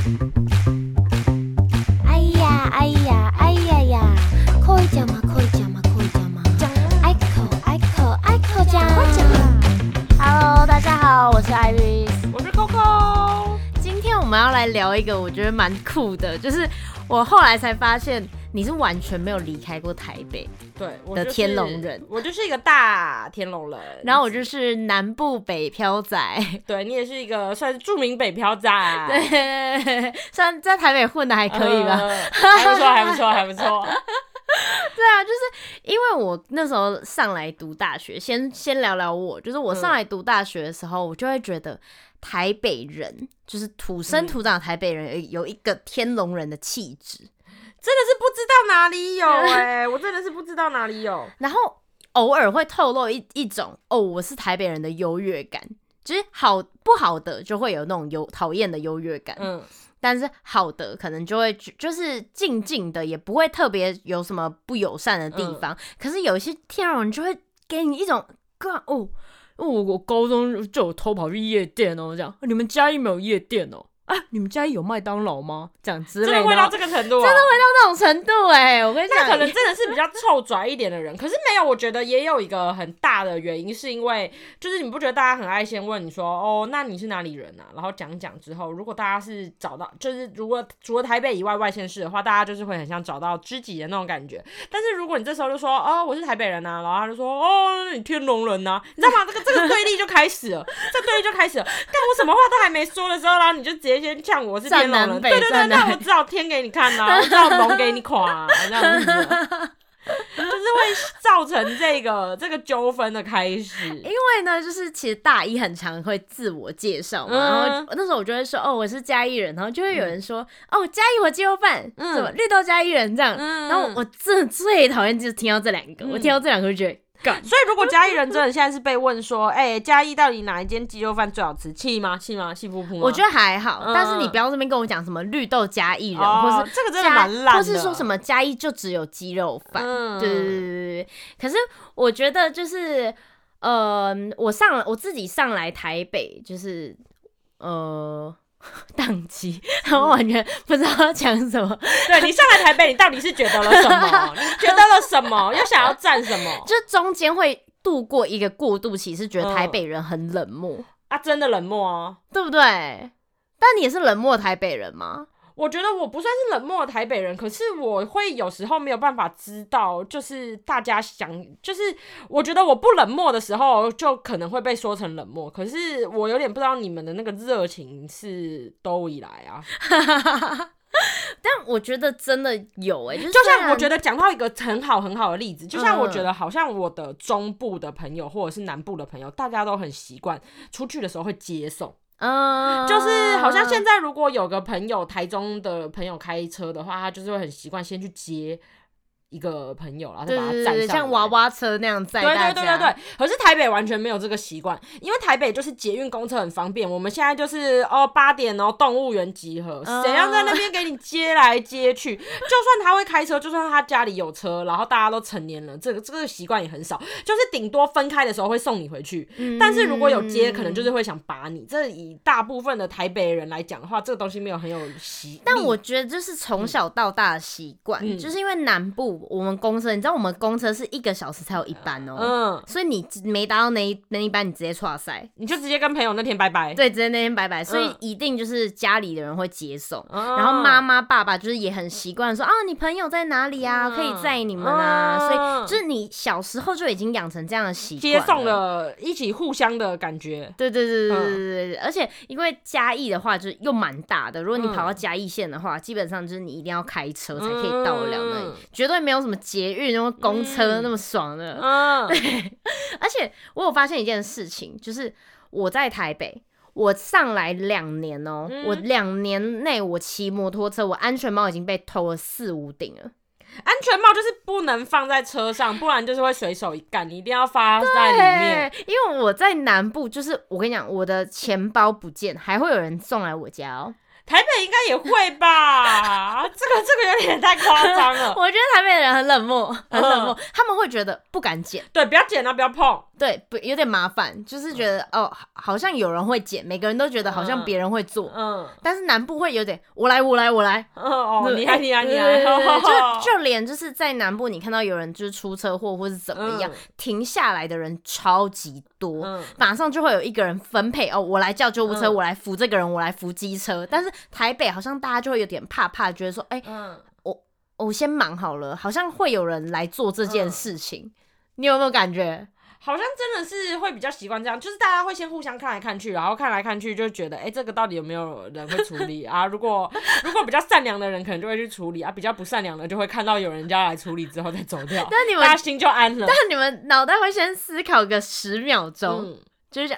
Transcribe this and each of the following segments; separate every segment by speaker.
Speaker 1: 哎呀哎呀哎呀呀，可以讲吗？可以讲吗？可以讲吗？讲啊！爱口讲，快讲啊 ！Hello， 大家好，我是 Iris，
Speaker 2: 我是 Coco。
Speaker 1: 今天我们要来聊一个我觉得蛮酷的，就是我后来才发现你是完全没有离开过台北的天龙人，
Speaker 2: 我就是一个大天龙人，
Speaker 1: 然后我就是南部北漂仔，
Speaker 2: 对你也是一个算是著名北漂仔，
Speaker 1: 对，虽然在台北混的还可以吧，
Speaker 2: 还不错。
Speaker 1: 对啊，就是因为我那时候上来读大学，先聊聊我，就是我上来读大学的时候，我就会觉得台北人就是土生土长的台北人有一个天龙人的气质，
Speaker 2: 真的是不知道哪里有我真的是不知道哪里有，
Speaker 1: 然后偶尔会透露一种我是台北人的优越感，就是好不好的就会有那种讨厌的优越感，但是好的可能就会就是静静的，也不会特别有什么不友善的地方。可是有一些天龙人就会给你一种我高中就有偷跑去夜店这样你们嘉义没有夜店你们嘉义有麦当劳吗？这样之类的，
Speaker 2: 真的会到这个程度，
Speaker 1: 真的会到那种程度我跟你讲，
Speaker 2: 那可能真的是比较臭拽一点的人。可是没有，我觉得也有一个很大的原因，是因为就是你不觉得大家很爱先问你说那你是哪里人啊？然后讲之后，如果大家是找到，就是如果除了台北以外外县市的话，大家就是会很像找到知己的那种感觉。但是如果你这时候就说我是台北人啊，然后他就说你天龙人啊，你知道吗？这个对立就开始了，干我什么话都还没说的时候，然后你就直接先呛我是天龙人，对，那我只好天给你看我只好龙给你垮这样子，就是会造成这个纠纷的开始。
Speaker 1: 因为呢，就是其实大一很常会自我介绍嘛，然后那时候我就会说我是嘉义人，然后就会有人说嘉义火鸡肉饭，什么绿豆嘉义人这样，然后我真的最讨厌就是听到这两个，我听到这两个就觉得。
Speaker 2: 所以如果嘉义人真的现在是被问说嘉义到底哪一间鸡肉饭最好吃，气吗？气噗噗吗？
Speaker 1: 我觉得还好，但是你不要这边跟我讲什么绿豆嘉义人，或是
Speaker 2: 这个真的蛮烂的，
Speaker 1: 或是说什么嘉义就只有鸡肉饭，对。可是我觉得就是我自己上来台北就是宕机，然后完全不知道要讲什么。
Speaker 2: 对，你上来台北，你到底是觉得了什么？你觉得了什么？又想要站什么？
Speaker 1: 就中间会度过一个过渡期，是觉得台北人很冷漠
Speaker 2: 真的冷漠啊，
Speaker 1: 对不对？但你也是冷漠的台北人吗？
Speaker 2: 我觉得我不算是冷漠的台北人，可是我会有时候没有办法知道，就是大家就是我觉得我不冷漠的时候，就可能会被说成冷漠，可是我有点不知道你们的那个热情是都以来啊。
Speaker 1: 但我觉得真的有就
Speaker 2: 像我觉得讲到一个很好的例子，就像我觉得好像我的中部的朋友或者是南部的朋友，大家都很习惯出去的时候会接送。就是好像现在如果有个朋友台中的朋友开车的话，他就是会很习惯先去接一个朋友，然后再把他载上来，
Speaker 1: 对，像娃娃车那样载大家。
Speaker 2: 对。可是台北完全没有这个习惯，因为台北就是捷运公车很方便。我们现在就是8点动物园集合，谁要在那边给你接来接去？就算他会开车，就算他家里有车，然后大家都成年了，这个习惯也很少。就是顶多分开的时候会送你回去，但是如果有接，可能就是会想把你。这以大部分的台北人来讲的话，这个东西没有很有习。
Speaker 1: 但我觉得就是从小到大的习惯，就是因为南部。我们公车，你知道我们公车是1个小时才有一班所以你没搭到那一班，你直接剉赛，
Speaker 2: 你就直接跟朋友那天拜拜。
Speaker 1: 对，直接那天拜拜，所以一定就是家里的人会接送，然后妈妈爸爸就是也很习惯说你朋友在哪里啊，可以载你们啊，所以就是你小时候就已经养成这样的习惯，
Speaker 2: 接送的一起互相的感觉。
Speaker 1: 对，而且因为嘉义的话就是又蛮大的，如果你跑到嘉义县的话，基本上就是你一定要开车才可以到得了那里，绝对没有什么捷运然后公车那么爽的。对，而且我有发现一件事情，就是我在台北，我上来2年我2年内我骑摩托车，我安全帽已经被偷了4-5顶了。
Speaker 2: 安全帽就是不能放在车上，不然就是会随手一干，你一定要发在里面。
Speaker 1: 因为我在南部，就是我跟你讲，我的钱包不见，还会有人送来我家
Speaker 2: 台北应该也会吧？这个有点太夸张了。
Speaker 1: 我觉得台北人很冷漠，很冷漠，他们会觉得不敢剪，
Speaker 2: 对，不要剪啊，不要碰，
Speaker 1: 对，有点麻烦，就是觉得好像有人会剪，每个人都觉得好像别人会做，但是南部会有点我来，
Speaker 2: 你来，
Speaker 1: 就连就是在南部，你看到有人就是出车祸或是怎么样，停下来的人超级多，马上就会有一个人分配我来叫救护车，我来扶这个人，我来扶机车，但是台北好像大家就会有点怕，觉得说我先忙好了，好像会有人来做这件事情，你有没有感觉？
Speaker 2: 好像真的是会比较习惯这样，就是大家会先互相看来看去，然后看来看去就觉得这个到底有没有人会处理啊？如果比较善良的人可能就会去处理啊，比较不善良的就会看到有人家来处理之后再走掉，
Speaker 1: 但你们
Speaker 2: 大家心就安了。
Speaker 1: 但你们脑袋会先思考个10秒钟，就是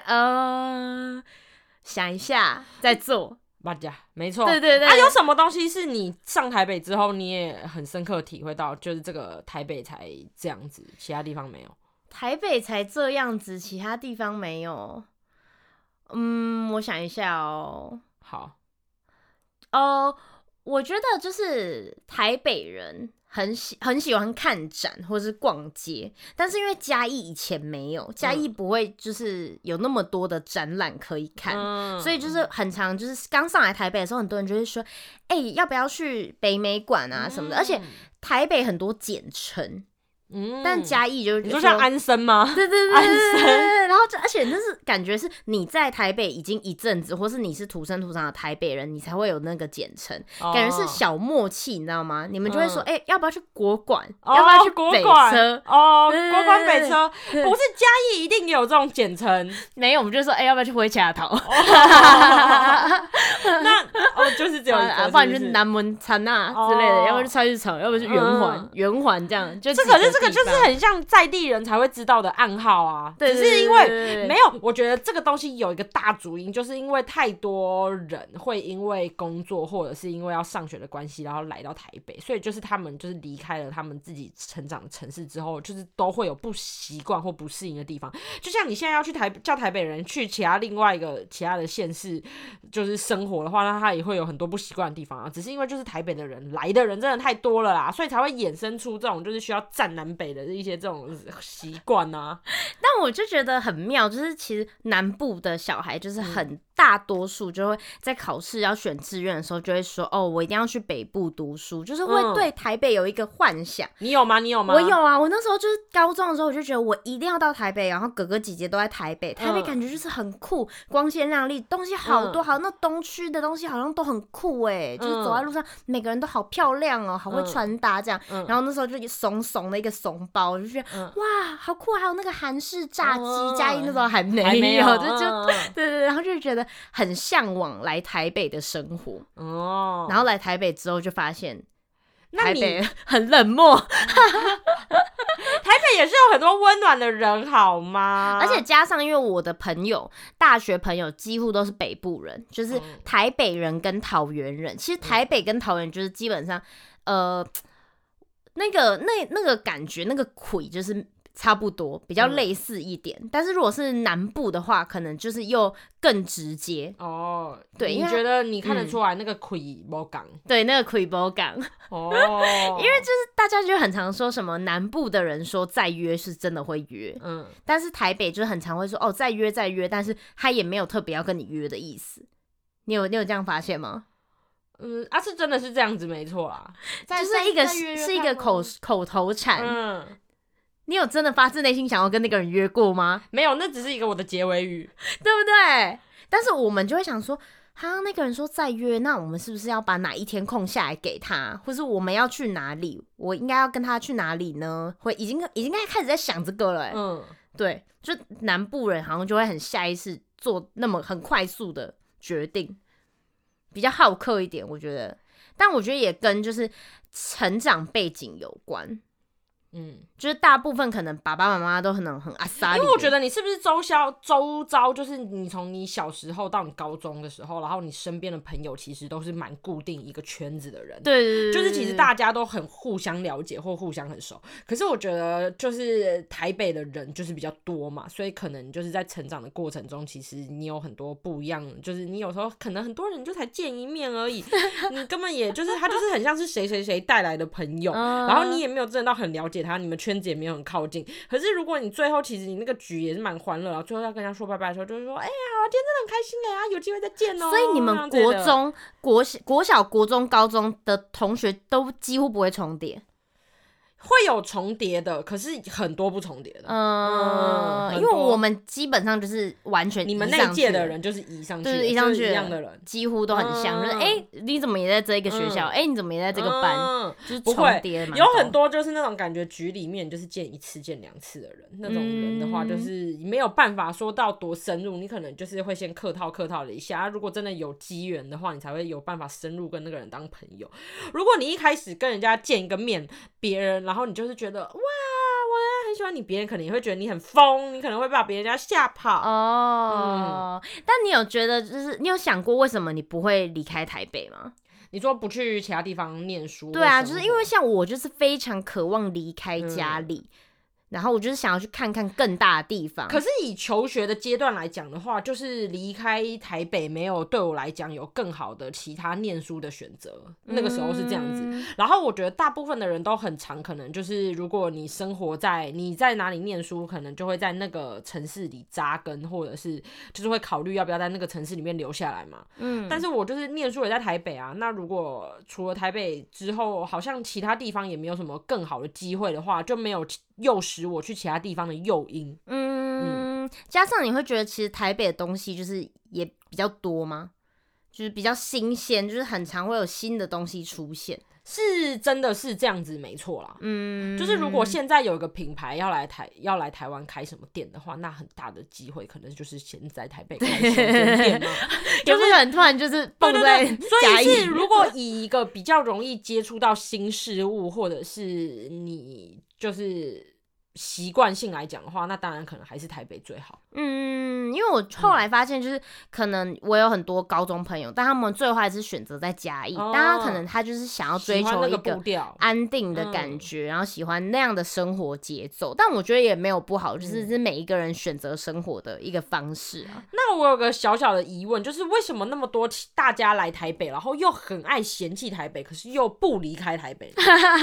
Speaker 1: 想一下再做。
Speaker 2: 没错，
Speaker 1: 对，
Speaker 2: 有什么东西是你上台北之后你也很深刻体会到，就是这个台北才这样子，其他地方没有？
Speaker 1: 台北才这样子，其他地方没有。我想一下哦。
Speaker 2: 好。
Speaker 1: 我觉得就是台北人很喜欢看展或是逛街，但是因为嘉义以前没有，嘉义不会就是有那么多的展览可以看，所以就是很常就是刚上来台北的时候，很多人就会说，要不要去北美馆啊什么的，而且台北很多简称。但嘉义就是
Speaker 2: 你说像安生吗？
Speaker 1: 对，安生，然后而且那是感觉是你在台北已经一阵子，或是你是土生土长的台北人，你才会有那个简称，感觉是小默契，你知道吗？你们就会说，要不要去国馆？要不要去北车？
Speaker 2: 国馆北车，不是嘉义一定有这种简称，
Speaker 1: 没有，我们就说，要不要去灰卡头？
Speaker 2: 那就是只有一个，
Speaker 1: 不然就是南门餐啊之类的，要不然去菜市场，要不然去圆环这样，就
Speaker 2: 这个就是很像在地人才会知道的暗号啊，
Speaker 1: 对，
Speaker 2: 只是因为没有，我觉得这个东西有一个大主因，就是因为太多人会因为工作或者是因为要上学的关系，然后来到台北，所以就是他们就是离开了他们自己成长的城市之后，就是都会有不习惯或不适应的地方。就像你现在要去叫台北人去其他的县市就是生活的话，那他也会有很多不习惯的地方啊。只是因为就是台北的人来的人真的太多了啦，所以才会衍生出这种就是需要站南北的一些这种习惯啊。
Speaker 1: 但我就觉得很妙，就是其实南部的小孩就是很大多数就会在考试要选志愿的时候就会说，我一定要去北部读书，就是会对台北有一个幻想。
Speaker 2: 你有吗？
Speaker 1: 我有啊，我那时候就是高中的时候我就觉得我一定要到台北，然后哥哥姐姐都在台北，台北感觉就是很酷，光鲜亮丽，东西好多，那东区的东西好像都很酷就是走在路上每个人都好漂亮好会穿搭这样，然后那时候就怂怂的一个怂包，我就觉得哇好酷，还有那个韩式炸鸡，嘉义那时候还没有，对，然后就觉得很向往来台北的生活然后来台北之后就发现台北很冷漠
Speaker 2: 台北也是有很多温暖的人好吗？
Speaker 1: 而且加上因为我的大学朋友几乎都是北部人，就是台北人跟桃园人，其实台北跟桃园就是基本上那个感觉那个魁就是差不多，比较类似一点但是如果是南部的话可能就是又更直接对，
Speaker 2: 你觉得你看得出来那个魁没港
Speaker 1: 对，那个魁没港因为就是大家就很常说什么南部的人说再约是真的会约但是台北就是很常会说再约，但是他也没有特别要跟你约的意思。你有这样发现吗？
Speaker 2: 是真的是这样子没错啦，
Speaker 1: 就是一个口头禅你有真的发自内心想要跟那个人约过吗？
Speaker 2: 没有，那只是一个我的结尾语，
Speaker 1: 对不对？但是我们就会想说那个人说再约，那我们是不是要把哪一天空下来给他，或是我们要去哪里，我应该要跟他去哪里呢？已经开始在想这个了对，就南部人好像就会很下意识做那么很快速的决定，比较好客一点我觉得，但我觉得也跟就是成长背景有关就是大部分可能爸爸妈妈都很阿莎里，
Speaker 2: 因为我觉得你是不是周遭，就是你从你小时候到你高中的时候，然后你身边的朋友其实都是蛮固定一个圈子的人，
Speaker 1: 对，
Speaker 2: 就是其实大家都很互相了解或互相很熟。可是我觉得就是台北的人就是比较多嘛，所以可能就是在成长的过程中，其实你有很多不一样，就是你有时候可能很多人就才见一面而已，你根本也就是他就是很像是谁谁谁带来的朋友，然后你也没有真的到很了解他，你们圈子也没有很靠近。可是如果你最后其实你那个局也是蛮欢乐，然后最后要跟人家说拜拜的时候，就是说，哎呀，今天真的很开心哎，有机会再见哦。
Speaker 1: 所以你们国中、国小、国中、高中的同学都几乎不会重叠。
Speaker 2: 会有重叠的，可是很多不重叠的。
Speaker 1: 因为我们基本上就是完全
Speaker 2: 你们那一届的人就是移上去，
Speaker 1: 对，移上去
Speaker 2: 一样的人，
Speaker 1: 几乎都很像。就是你怎么也在这一个学校？你怎么也在这个班？就是重叠嘛。
Speaker 2: 有很多就是那种感觉局里面就是见一次、见2次的人，那种人的话就是没有办法说到多深入，你可能就是会先客套了一下。如果真的有机缘的话，你才会有办法深入跟那个人当朋友。如果你一开始跟人家见一个面，别人然后你就是觉得哇，我很喜欢你，别人可能也会觉得你很疯，你可能会把别人家吓跑
Speaker 1: 但你有觉得就是你有想过为什么你不会离开台北吗？
Speaker 2: 你说不去其他地方念书？
Speaker 1: 对啊，就是因为像我就是非常渴望离开家里。然后我就是想要去看看更大的地方。
Speaker 2: 可是以求学的阶段来讲的话，就是离开台北没有对我来讲有更好的其他念书的选择，那个时候是这样子。然后我觉得大部分的人都很常可能就是如果你生活在你在哪里念书，可能就会在那个城市里扎根，或者是就是会考虑要不要在那个城市里面留下来嘛。但是我就是念书也在台北啊，那如果除了台北之后好像其他地方也没有什么更好的机会的话，就没有诱使我去其他地方的诱因。
Speaker 1: 加上你会觉得其实台北的东西就是也比较多吗？就是比较新鲜，就是很常会有新的东西出现。
Speaker 2: 是真的是这样子没错啦。就是如果现在有一个品牌要来台湾开什么店的话，那很大的机会可能就是先在台北开首间店嘛。
Speaker 1: 就是很突然就是蹦在
Speaker 2: 对，所以是如果以一个比较容易接触到新事物，或者是你就是习惯性来讲的话，那当然可能还是台北最好。
Speaker 1: 因为我后来发现，就是可能我有很多高中朋友，但他们最后还是选择在嘉义，但他可能他就是想要追求一个安定的感觉，然后喜欢那样的生活节奏。但我觉得也没有不好，就是每一个人选择生活的一个方式啊。
Speaker 2: 那我有个小小的疑问，就是为什么那么多大家来台北，然后又很爱嫌弃台北，可是又不离开台北？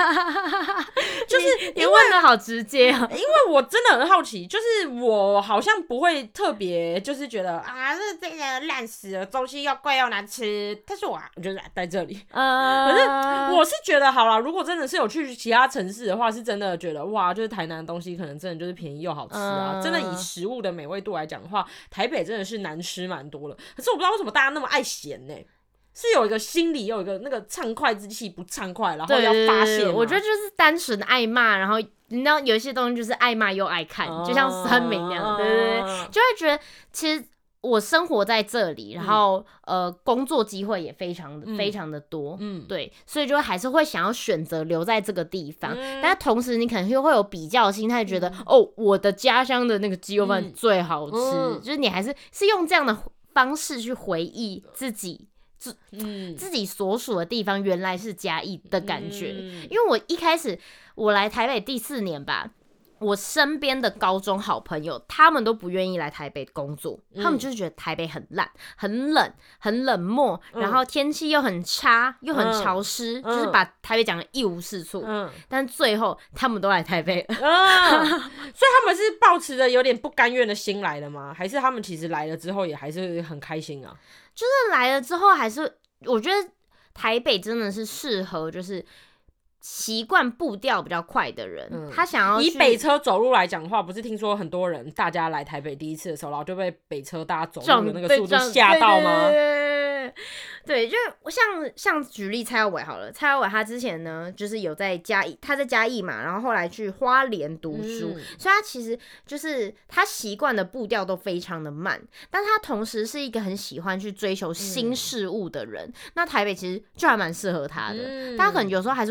Speaker 2: 就是
Speaker 1: 你问的好直接啊！
Speaker 2: 因为我真的很好奇，就是我好像不会特别就是觉得啊，这个烂死了，东西又贵又难吃，但是我就是在这里。可是我是觉得好啦，如果真的是有去其他城市的话，是真的觉得哇，就是台南的东西可能真的就是便宜又好吃啊。真的以食物的美味度来讲的话，台北真的是难吃蛮多了。可是我不知道为什么大家那么爱咸呢？是有一个心里有一个那个畅快之气不畅快，然后要发泄。
Speaker 1: 我觉得就是单纯的爱骂，然后你知道有一些东西就是爱骂又爱看，就像酸民那样，对，就会觉得其实我生活在这里，然后工作机会也非常的多，对，所以就还是会想要选择留在这个地方，但同时你可能又会有比较心态，觉得我的家乡的那个鸡肉饭最好吃，就是你还是用这样的方式去回忆自己所属的地方原来是嘉义的感觉。因为我一开始我来台北第4年吧，我身边的高中好朋友他们都不愿意来台北工作，他们就是觉得台北很烂很冷很冷漠，然后天气又很差又很潮湿，就是把台北讲得一无是处，但最后他们都来台北了。
Speaker 2: 所以他们是抱持着有点不甘愿的心来的吗？还是他们其实来了之后也还是很开心啊？
Speaker 1: 就是来了之后还是我觉得台北真的是适合就是习惯步调比较快的人，他想要
Speaker 2: 以北车走路来讲的话，不是听说很多人大家来台北第一次的时候，然后就被北车大家走路的那个速度吓到吗？
Speaker 1: 对，就像举例蔡耀伟好了，蔡耀伟他之前呢就是有在嘉义，他在嘉义嘛，然后后来去花莲读书，所以他其实就是他习惯的步调都非常的慢，但他同时是一个很喜欢去追求新事物的人，那台北其实就还蛮适合他的，但他可能有时候还是会觉得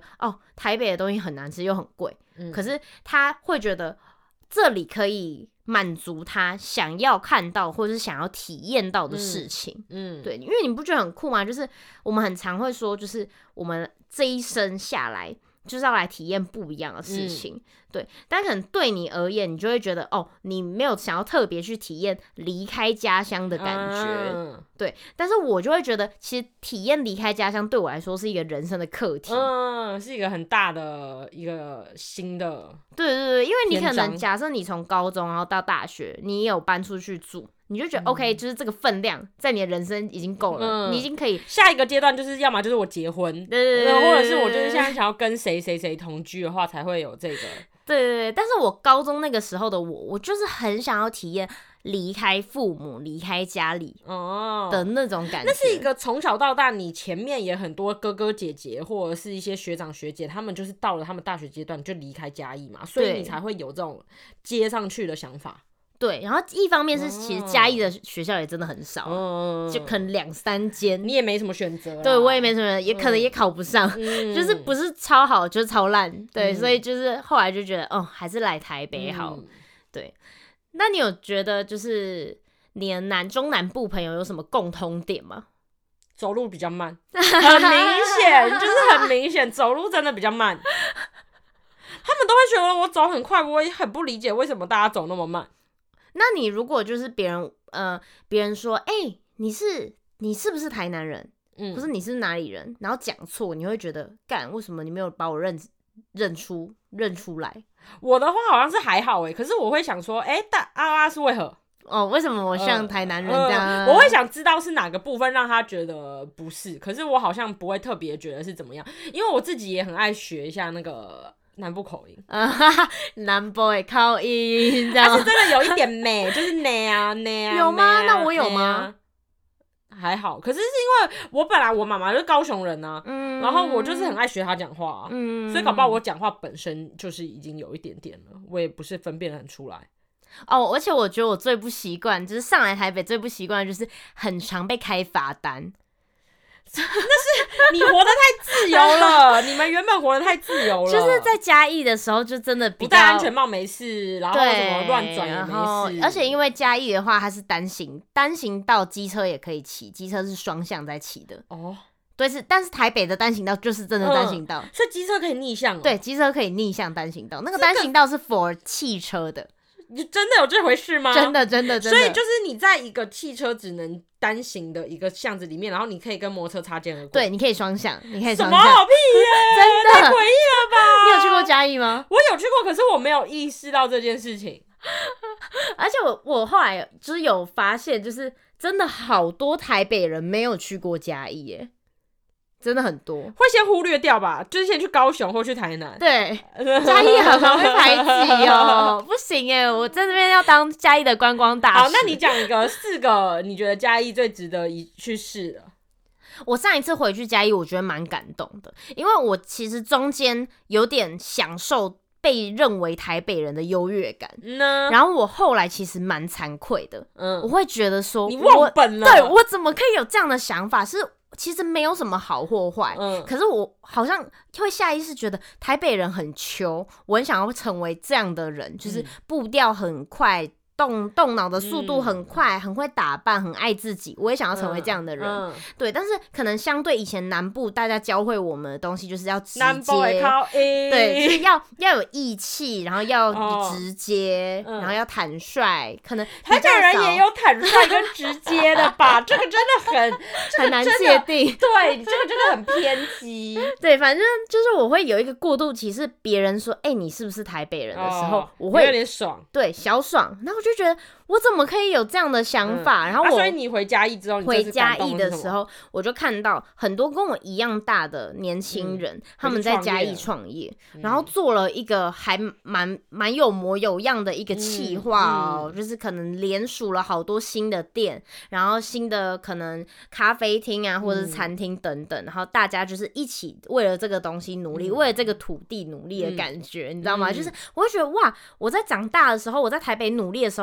Speaker 1: 台北的东西很难吃又很贵，可是他会觉得这里可以满足他想要看到或是想要体验到的事情。对，因为你不觉得很酷吗？就是我们很常会说，就是我们这一生下来就是要来体验不一样的事情。对，但可能对你而言，你就会觉得你没有想要特别去体验离开家乡的感觉。对，但是我就会觉得，其实体验离开家乡对我来说是一个人生的课题。
Speaker 2: 是一个很大的一个新的。
Speaker 1: 对，因为你可能假设你从高中然后到大学，你也有搬出去住，你就觉得 OK， 就是这个分量在你的人生已经够了，你已经可以
Speaker 2: 下一个阶段就是要么就是我结婚，对，或者是我就是现在想要跟谁同居的话，才会有这个。
Speaker 1: 对，但是我高中那个时候的我就是很想要体验离开父母、离开家里的那种感觉。
Speaker 2: 那是一个从小到大，你前面也很多哥哥姐姐或者是一些学长学姐，他们就是到了他们大学阶段就离开嘉义嘛，所以你才会有这种接上去的想法。
Speaker 1: 对，然后一方面是其实嘉义的学校也真的很少，就可能2-3间，
Speaker 2: 你也没什么选择。
Speaker 1: 对，我也没什么，也可能也考不上，就是不是超好就是超烂。对，所以就是后来就觉得还是来台北好。对，那你有觉得就是你的中南部朋友有什么共通点吗？
Speaker 2: 走路比较慢，很明显，就是很明显，走路真的比较慢。他们都会觉得我走很快，我也很不理解为什么大家走那么慢。
Speaker 1: 那你如果就是别人说你是不是台南人，或是你是哪里人，然后讲错，你会觉得干为什么你没有把我认出来？
Speaker 2: 我的话好像是还好可是我会想说大是为何？
Speaker 1: 为什么我像台南人这样？
Speaker 2: 我会想知道是哪个部分让他觉得不是，可是我好像不会特别觉得是怎么样，因为我自己也很爱学一下那个南部口音，
Speaker 1: 南部的口音，这样
Speaker 2: 但是真的有一点美，就是呢啊，
Speaker 1: 有吗？那我有吗？
Speaker 2: 还好，可是是因为我本来我妈妈就是高雄人啊，然后我就是很爱学她讲话，所以搞不好我讲话本身就是已经有一点点了，我也不是分辨得很出来。
Speaker 1: 而且我觉得我最不习惯，就是上来台北最不习惯，就是很常被开罚单。
Speaker 2: 那是你活得太自由了，你们原本活得太自由了。
Speaker 1: 就是在嘉义的时候，就真的比较
Speaker 2: 不戴安全帽没事，然后什么乱转也没事。
Speaker 1: 而且因为嘉义的话，它是单行道，机车也可以骑，机车是双向在骑的。对，但是台北的单行道就是真的单行道，
Speaker 2: 所以机车可以逆向。
Speaker 1: 对，机车可以逆向单行道，那个单行道是 for 汽车的。
Speaker 2: 真的有这回事吗？
Speaker 1: 真的。
Speaker 2: 所以就是你在一个汽车只能单行的一个巷子里面，然后你可以跟摩托车擦肩而过。
Speaker 1: 对，你可以双向，什么
Speaker 2: 好屁耶！
Speaker 1: 真的
Speaker 2: 太诡异了吧？
Speaker 1: 你有去过嘉义吗？
Speaker 2: 我有去过，可是我没有意识到这件事情。
Speaker 1: 而且我后来就是有发现，就是真的好多台北人没有去过嘉义耶。真的很多，
Speaker 2: 会先忽略掉吧，就是先去高雄或去台南。
Speaker 1: 对，嘉义好常被排挤不行我在这边要当嘉义的观光大使。
Speaker 2: 好，那你讲一个4个你觉得嘉义最值得去试的。
Speaker 1: 我上一次回去嘉义，我觉得蛮感动的，因为我其实中间有点享受被认为台北人的优越感，然后我后来其实蛮惭愧的，我会觉得说
Speaker 2: 你忘本了，
Speaker 1: 对，我怎么可以有这样的想法？是其实没有什么好或坏，可是我好像会下意识觉得台北人很秋，我很想要成为这样的人，就是步调很快，动脑的速度很快，很会打扮，很爱自己，我也想要成为这样的人。对，但是可能相对以前南部大家教会我们的东西，就是要直接，对，就是要有義氣，然后要直接，然后要坦率，可能
Speaker 2: 台北人也有坦率跟直接的吧？这个真的
Speaker 1: 很难界定，
Speaker 2: 对，这个真的很偏激。
Speaker 1: 对，反正就是我会有一个过渡期，是别人说你是不是台北人的时候，我会
Speaker 2: 有点爽，
Speaker 1: 对，小爽，然后就觉得我怎么可以有这样的想法？然后
Speaker 2: 所以你回嘉义之后，
Speaker 1: 回嘉义的时候，我就看到很多跟我一样大的年轻人，他们在嘉义创业，然后做了一个还蛮有模有样的一个企划就是可能连署了好多新的店，然后新的可能咖啡厅啊，或者是餐厅等等，然后大家就是一起为了这个东西努力，为了这个土地努力的感觉，你知道吗？就是我会觉得哇，我在长大的时候，我在台北努力的时候，嘉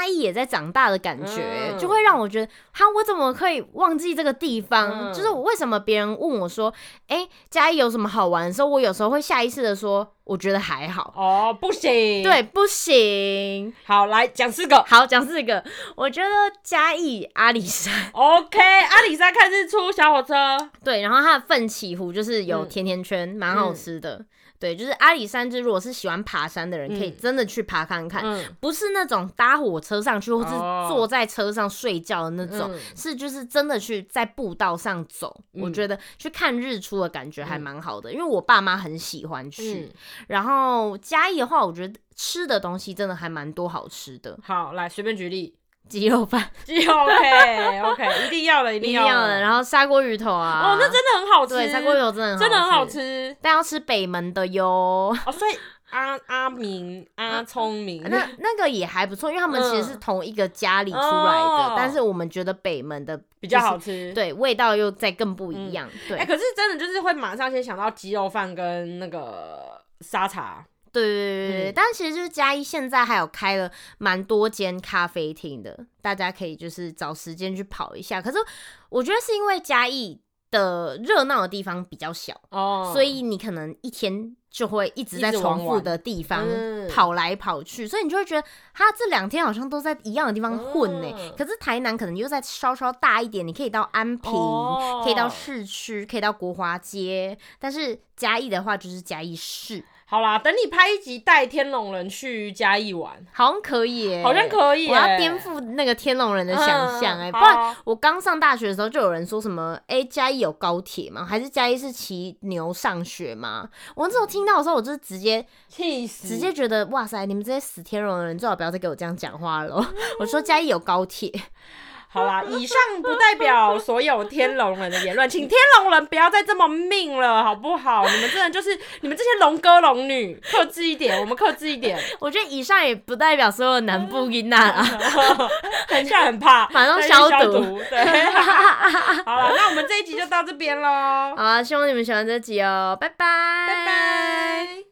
Speaker 1: 嘉义也在长大的感觉，就会让我觉得，我怎么可以忘记这个地方？就是我为什么别人问我说，嘉义有什么好玩的时候，我有时候会下意识的说，我觉得还好。
Speaker 2: 哦，不行，
Speaker 1: 对，不行。
Speaker 2: 好，来讲4个。
Speaker 1: 好，讲4个。我觉得嘉义阿里山
Speaker 2: ，OK， 阿里山看日出小火车，
Speaker 1: 对，然后它的奋起湖就是有甜甜圈，蛮好吃的。对，就是阿里山，就是如果是喜欢爬山的人，可以真的去爬看看，不是那种搭火车上去，或是坐在车上睡觉的那种，是就是真的去在步道上走。我觉得去看日出的感觉还蛮好的，因为我爸妈很喜欢去。然后嘉义的话，我觉得吃的东西真的还蛮多好吃的。
Speaker 2: 好，来随便举例。
Speaker 1: 鸡肉饭
Speaker 2: ，OK， 一定要的，一定要的。
Speaker 1: 然后砂锅鱼头啊，
Speaker 2: 那真的很好吃。
Speaker 1: 对，砂锅鱼头真的很好吃，但要吃北门的哟。
Speaker 2: 所以阿明、阿聪明，
Speaker 1: 那个也还不错，因为他们其实是同一个家里出来的，但是我们觉得北门的
Speaker 2: 比较好吃，
Speaker 1: 对，味道又再更不一样。对，
Speaker 2: 可是真的就是会马上先想到鸡肉饭跟那个沙茶。
Speaker 1: 对，但其实就是嘉义现在还有开了蛮多间咖啡厅的，大家可以就是找时间去跑一下。可是我觉得是因为嘉义的热闹的地方比较小，所以你可能一天就会一直在重复的地方跑来跑去，所以你就会觉得它这2天好像都在一样的地方混可是台南可能又再稍稍大一点，你可以到安平，可以到市区，可以到国华街，但是嘉义的话就是嘉义市。
Speaker 2: 好啦，等你拍一集带天龙人去嘉义玩，
Speaker 1: 好像可以耶，
Speaker 2: 好像可以耶。
Speaker 1: 我要颠覆那个天龙人的想象不然我刚上大学的时候就有人说什么，嘉义有高铁吗？还是嘉义是骑牛上学吗？我那时候听到的时候，我就是直接
Speaker 2: 气死，
Speaker 1: 直接觉得哇塞，你们这些死天龙人最好不要再给我这样讲话了。我说嘉义有高铁。
Speaker 2: 好啦，以上不代表所有天龙人的言论，请天龙人不要再这么命了，好不好？你们真的就是你们这些龙哥龙女，克制一点，我们克制一点。
Speaker 1: 我觉得以上也不代表所有南部囡仔啊，
Speaker 2: 很像很怕，
Speaker 1: 马上消毒。
Speaker 2: 对，好了，那我们这一集就到这边咯。
Speaker 1: 好啊，希望你们喜欢这集哦，拜拜，
Speaker 2: 拜拜。